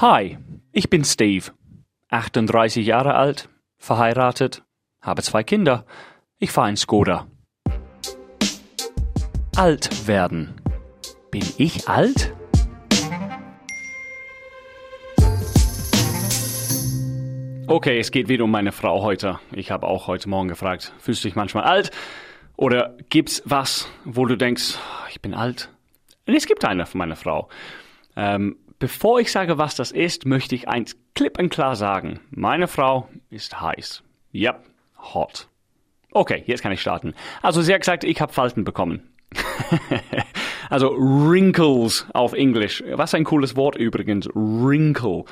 Hi, ich bin Steve, 38 Jahre alt, verheiratet, habe 2 Kinder. Ich fahre einen Skoda. Alt werden. Bin ich alt? Okay, es geht wieder um meine Frau heute. Ich habe auch heute Morgen gefragt, fühlst du dich manchmal alt? Oder gibt's was, wo du denkst, ich bin alt? Und es gibt eine von meiner Frau. Bevor ich sage, was das ist, möchte ich eins klipp und klar sagen. Meine Frau ist heiß. Yep, hot. Okay, jetzt kann ich starten. Also sie hat gesagt, ich habe Falten bekommen. Also Wrinkles auf Englisch. Was ein cooles Wort übrigens. Wrinkle.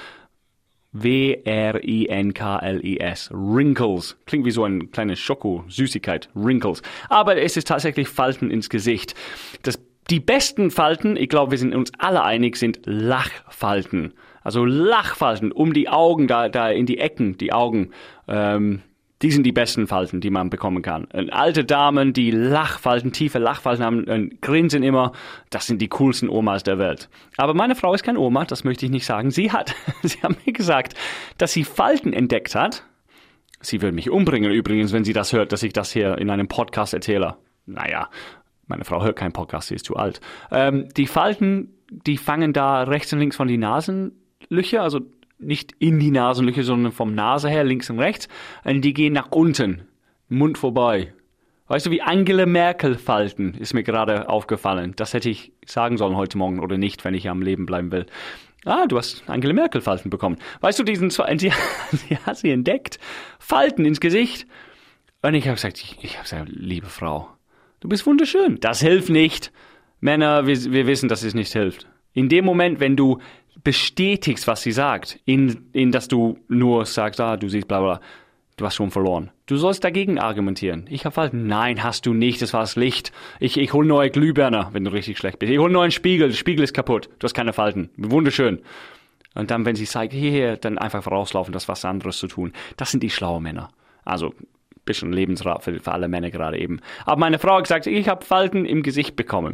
W-R-I-N-K-L-E-S. Wrinkles. Klingt wie so eine kleine Schoko-Süßigkeit. Wrinkles. Aber es ist tatsächlich Falten ins Gesicht. Die besten Falten, ich glaube, wir sind uns alle einig, sind Lachfalten. Also Lachfalten um die Augen, da in die Ecken, die Augen. Die sind die besten Falten, die man bekommen kann. Und alte Damen, die Lachfalten, tiefe Lachfalten haben und grinsen immer, das sind die coolsten Omas der Welt. Aber meine Frau ist keine Oma, das möchte ich nicht sagen. Sie hat mir gesagt, dass sie Falten entdeckt hat. Sie würde mich umbringen übrigens, wenn sie das hört, dass ich das hier in einem Podcast erzähle. Naja, meine Frau hört keinen Podcast, sie ist zu alt. Die Falten, die fangen da rechts und links von die Nasenlöcher, also nicht in die Nasenlöcher, sondern vom Nase her, links und rechts. Und die gehen nach unten, Mund vorbei. Weißt du, wie Angela Merkel Falten, ist mir gerade aufgefallen. Das hätte ich sagen sollen heute Morgen oder nicht, wenn ich am Leben bleiben will. Ah, du hast Angela Merkel Falten bekommen. Weißt du, sie hat sie entdeckt. Falten ins Gesicht. Und ich habe gesagt, liebe Frau, du bist wunderschön. Das hilft nicht. Männer, wir wissen, dass es nicht hilft. In dem Moment, wenn du bestätigst, was sie sagt, in dass du nur sagst, du siehst bla bla, du hast schon verloren. Du sollst dagegen argumentieren. Ich habe Falten. Nein, hast du nicht, das war das Licht. Ich hole neue Glühbirne, wenn du richtig schlecht bist. Ich hole neuen Spiegel, der Spiegel ist kaputt. Du hast keine Falten. Wunderschön. Und dann, wenn sie sagt, hier, dann einfach rauslaufen, das was anderes zu tun. Das sind die schlauen Männer. Also, bisschen Lebensrat für alle Männer gerade eben. Aber meine Frau hat gesagt, ich habe Falten im Gesicht bekommen.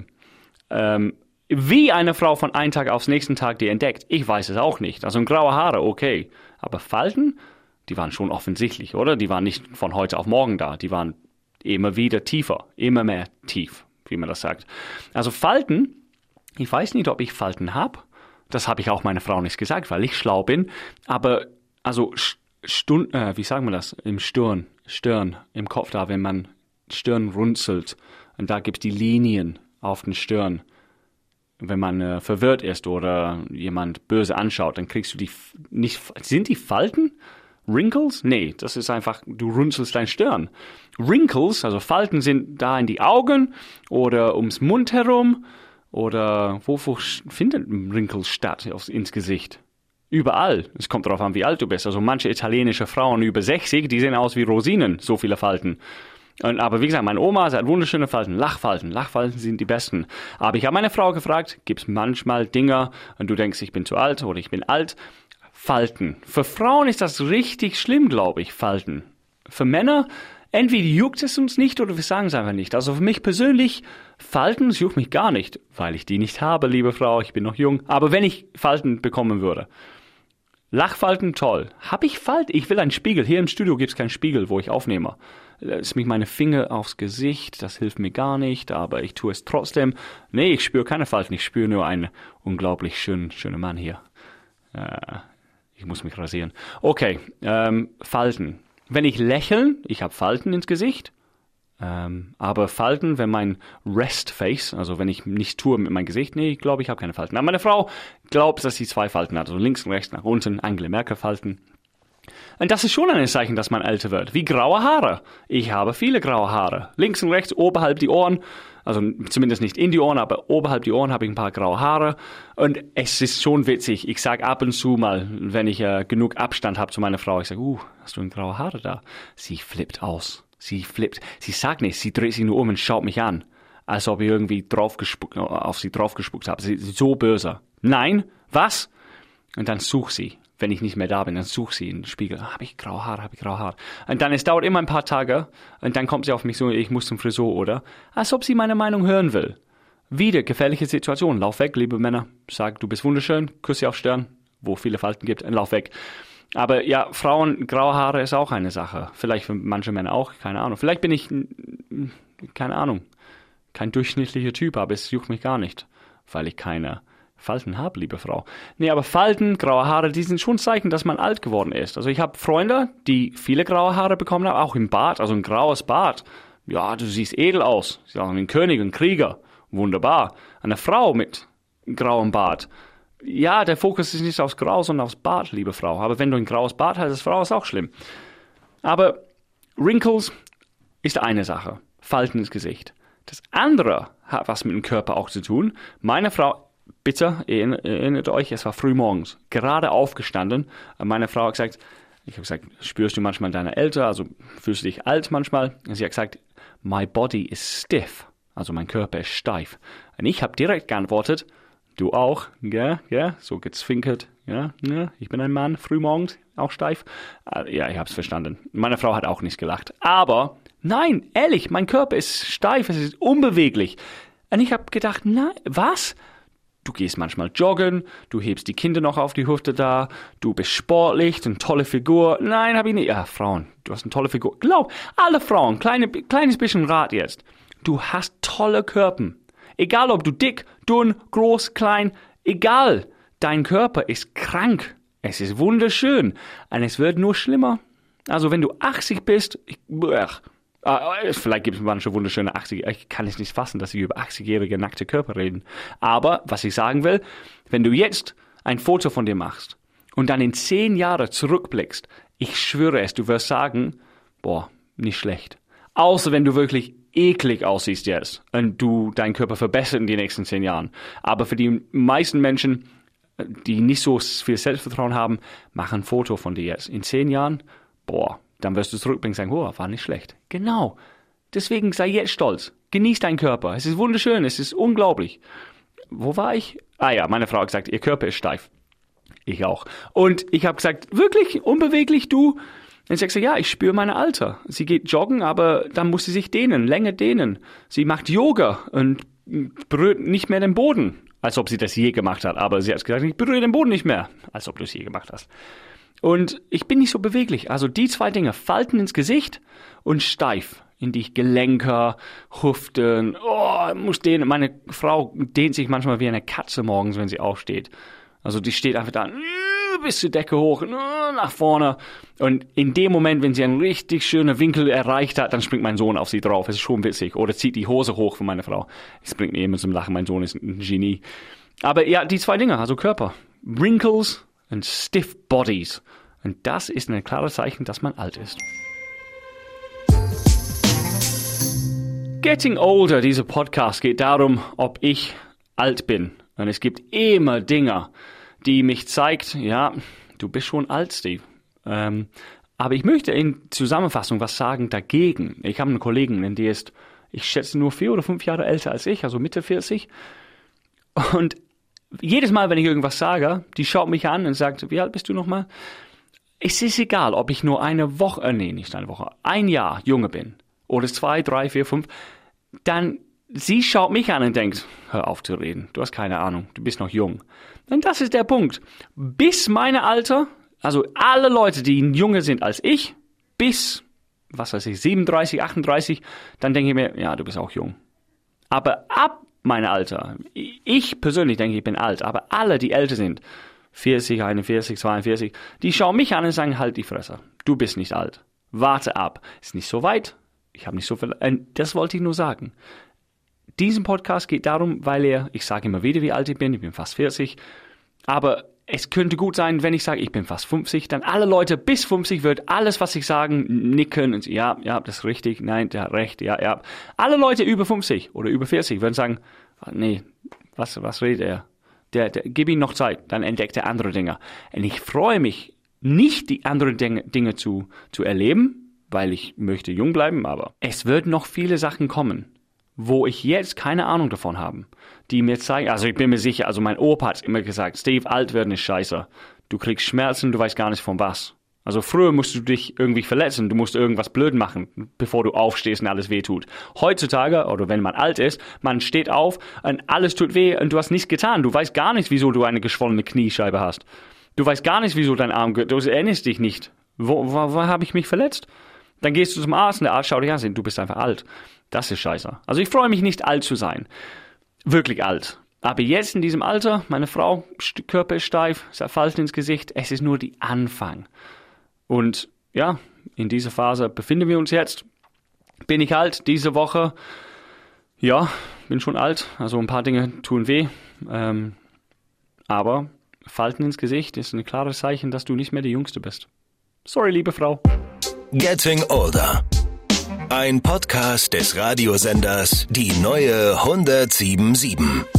Wie eine Frau von einem Tag aufs nächsten Tag die entdeckt, ich weiß es auch nicht. Also graue Haare, okay. Aber Falten, die waren schon offensichtlich, oder? Die waren nicht von heute auf morgen da. Die waren immer wieder tiefer, immer mehr tief, wie man das sagt. Also Falten, ich weiß nicht, ob ich Falten habe. Das habe ich auch meiner Frau nicht gesagt, weil ich schlau bin. Aber also wie sagen wir das? Im Stirn, im Kopf da, wenn man Stirn runzelt. Und da gibt es die Linien auf den Stirn. Wenn man verwirrt ist oder jemand böse anschaut, dann kriegst du die nicht. Sind die Falten? Wrinkles? Nee, das ist einfach, du runzelst dein Stirn. Wrinkles, also Falten, sind da in die Augen oder ums Mund herum oder wo findet Wrinkles statt ins Gesicht? Überall. Es kommt darauf an, wie alt du bist. Also manche italienische Frauen über 60, die sehen aus wie Rosinen, so viele Falten. Aber wie gesagt, meine Oma, sie hat wunderschöne Falten, Lachfalten. Lachfalten sind die besten. Aber ich habe meine Frau gefragt, gibt es manchmal Dinge und du denkst, ich bin zu alt oder ich bin alt? Falten. Für Frauen ist das richtig schlimm, glaube ich, Falten. Für Männer, entweder juckt es uns nicht oder wir sagen es einfach nicht. Also für mich persönlich, Falten, es juckt mich gar nicht, weil ich die nicht habe, liebe Frau, ich bin noch jung. Aber wenn ich Falten bekommen würde, Lachfalten, toll. Habe ich Falten? Ich will einen Spiegel. Hier im Studio gibt es keinen Spiegel, wo ich aufnehme. Ist mich meine Finger aufs Gesicht, das hilft mir gar nicht, aber ich tue es trotzdem. Nee, ich spüre keine Falten, ich spüre nur einen unglaublich schönen Mann hier. Ich muss mich rasieren. Okay, Falten. Wenn ich lächle, ich habe Falten ins Gesicht. Aber Falten, wenn mein Rest-Face, also wenn ich nichts tue mit meinem Gesicht, nee, ich glaube, ich habe keine Falten. Aber meine Frau glaubt, dass sie 2 Falten hat, also links und rechts nach unten, Angela Merkel Falten. Und das ist schon ein Zeichen, dass man älter wird. Wie graue Haare. Ich habe viele graue Haare. Links und rechts, oberhalb die Ohren. Also zumindest nicht in die Ohren, aber oberhalb die Ohren habe ich ein paar graue Haare. Und es ist schon witzig. Ich sage ab und zu mal, wenn ich genug Abstand habe zu meiner Frau, ich sage, hast du graue Haare da? Sie flippt aus. Sie flippt. Sie sagt nichts. Sie dreht sich nur um und schaut mich an. Als ob ich irgendwie auf sie draufgespuckt habe. Sie ist so böse. Nein. Was? Und dann sucht sie. Wenn ich nicht mehr da bin, dann suche sie in den Spiegel. Habe ich graue Haare? Und dann, es dauert immer ein paar Tage. Und dann kommt sie auf mich so, ich muss zum Friseur, oder? Als ob sie meine Meinung hören will. Wieder gefährliche Situation. Lauf weg, liebe Männer. Sag, du bist wunderschön. Küss sie auf Stirn. wo viele Falten gibt, ein Lauf weg. Aber ja, Frauen, graue Haare ist auch eine Sache. Vielleicht für manche Männer auch, keine Ahnung. Vielleicht bin ich, keine Ahnung, kein durchschnittlicher Typ, aber es juckt mich gar nicht, weil ich keine Falten habe, liebe Frau. Nee, aber Falten, graue Haare, die sind schon Zeichen, dass man alt geworden ist. Also ich habe Freunde, die viele graue Haare bekommen haben, auch im Bart, also ein graues Bart. Ja, du siehst edel aus. Sie sagen, ein König, ein Krieger. Wunderbar. Eine Frau mit grauem Bart. Ja, der Fokus ist nicht aufs Grau, sondern aufs Bart, liebe Frau. Aber wenn du ein graues Bart hast als Frau, ist auch schlimm. Aber Wrinkles ist eine Sache. Falten ins Gesicht. Das andere hat was mit dem Körper auch zu tun. Meine Frau, bitte erinnert euch, es war früh morgens, gerade aufgestanden. Meine Frau hat gesagt, ich habe gesagt, spürst du manchmal deine Älter, also fühlst du dich alt manchmal? Und sie hat gesagt, my body is stiff, also mein Körper ist steif. Und ich habe direkt geantwortet, du auch, ja, so gezwinkert, ja, ich bin ein Mann, frühmorgens, auch steif. Ja, ich habe es verstanden. Meine Frau hat auch nicht gelacht. Aber, nein, ehrlich, mein Körper ist steif, es ist unbeweglich. Und ich habe gedacht, nein, was? Du gehst manchmal joggen, du hebst die Kinder noch auf die Hüfte da, du bist sportlich, eine tolle Figur. Nein, habe ich nicht. Ja, Frauen, du hast eine tolle Figur. Glaub, alle Frauen, kleines bisschen Rat jetzt. Du hast tolle Körper. Egal, ob du dick, dünn, groß, klein, egal. Dein Körper ist krank. Es ist wunderschön. Und es wird nur schlimmer. Also, wenn du 80 bist, vielleicht gibt es manche wunderschöne 80. Ich kann es nicht fassen, dass sie über 80-jährige nackte Körper reden. Aber, was ich sagen will, wenn du jetzt ein Foto von dir machst und dann in 10 Jahre zurückblickst, ich schwöre es, du wirst sagen, boah, nicht schlecht. Außer wenn du wirklich eklig aussiehst jetzt und du deinen Körper verbessert in den nächsten 10 Jahren. Aber für die meisten Menschen, die nicht so viel Selbstvertrauen haben, mach ein Foto von dir jetzt. In 10 Jahren, boah, dann wirst du zurückblicken und sagen, oh, war nicht schlecht. Genau. Deswegen sei jetzt stolz. Genieß deinen Körper. Es ist wunderschön, es ist unglaublich. Wo war ich? Ah ja, meine Frau hat gesagt, ihr Körper ist steif. Ich auch. Und ich habe gesagt, wirklich unbeweglich, du? Und sie sagt, ja, ich spüre meine Alter. Sie geht joggen, aber dann muss sie sich dehnen, länger dehnen. Sie macht Yoga und berührt nicht mehr den Boden, als ob sie das je gemacht hat. Aber sie hat gesagt, ich berühre den Boden nicht mehr, als ob du es je gemacht hast. Und ich bin nicht so beweglich. Also die 2 Dinge, Falten ins Gesicht und steif, in die Gelenke, Hüften, muss dehnen. Meine Frau dehnt sich manchmal wie eine Katze morgens, wenn sie aufsteht. Also die steht einfach da, bis zur Decke hoch, nach vorne. Und in dem Moment, wenn sie einen richtig schönen Winkel erreicht hat, dann springt mein Sohn auf sie drauf. Es ist schon witzig. Oder zieht die Hose hoch von meiner Frau. Es bringt mir immer zum Lachen. Mein Sohn ist ein Genie. Aber ja, die 2 Dinge, also Körper. Wrinkles und stiff bodies. Und das ist ein klares Zeichen, dass man alt ist. Getting Older, dieser Podcast geht darum, ob ich alt bin. Und es gibt immer Dinge, die mich zeigt, ja, du bist schon alt, Steve. Aber ich möchte in Zusammenfassung was sagen dagegen. Ich habe eine Kollegin, die ist, ich schätze, nur 4 oder 5 Jahre älter als ich, also Mitte 40. Und jedes Mal, wenn ich irgendwas sage, die schaut mich an und sagt, wie alt bist du nochmal? Es ist egal, ob ich nur ein Jahr jünger bin. Oder 2, 3, 4, 5. Dann, sie schaut mich an und denkt, hör auf zu reden, du hast keine Ahnung, du bist noch jung. Und das ist der Punkt. Bis meine Alter, also alle Leute, die jünger sind als ich, bis, 37, 38, dann denke ich mir, ja, du bist auch jung. Aber ab meinem Alter, ich persönlich denke, ich bin alt, aber alle, die älter sind, 40, 41, 42, die schauen mich an und sagen, halt die Fresse, du bist nicht alt. Warte ab, ist nicht so weit, ich habe nicht so viel, das wollte ich nur sagen. Diesen Podcast geht darum, weil ich sage immer wieder, wie alt ich bin fast 40, aber es könnte gut sein, wenn ich sage, ich bin fast 50, dann alle Leute bis 50 wird alles, was ich sagen, nicken und ja, das ist richtig, nein, der hat recht, ja. Alle Leute über 50 oder über 40 würden sagen, nee, was redet er? Gib ihm noch Zeit, dann entdeckt er andere Dinge. Und ich freue mich, nicht die anderen Dinge zu erleben, weil ich möchte jung bleiben, aber es wird noch viele Sachen kommen, wo ich jetzt keine Ahnung davon habe, die mir zeigen, also ich bin mir sicher, also mein Opa hat immer gesagt, Steve, alt werden ist scheiße. Du kriegst Schmerzen, du weißt gar nicht von was. Also früher musst du dich irgendwie verletzen, du musst irgendwas blöd machen, bevor du aufstehst und alles weh tut. Heutzutage, oder wenn man alt ist, man steht auf und alles tut weh und du hast nichts getan. Du weißt gar nicht, wieso du eine geschwollene Kniescheibe hast. Du weißt gar nicht, wieso dein Arm geht. Du erinnerst dich nicht. Wo habe ich mich verletzt? Dann gehst du zum Arzt und der Arzt schaut dich an, du bist einfach alt. Das ist scheiße. Also ich freue mich nicht, alt zu sein. Wirklich alt. Aber jetzt in diesem Alter, meine Frau, Körper ist steif, Falten ins Gesicht, es ist nur die Anfang. Und ja, in dieser Phase befinden wir uns jetzt. Bin ich alt diese Woche? Ja, bin schon alt. Also ein paar Dinge tun weh. Aber Falten ins Gesicht ist ein klares Zeichen, dass du nicht mehr die Jüngste bist. Sorry, liebe Frau. Getting Older. Ein Podcast des Radiosenders Die Neue 107.7.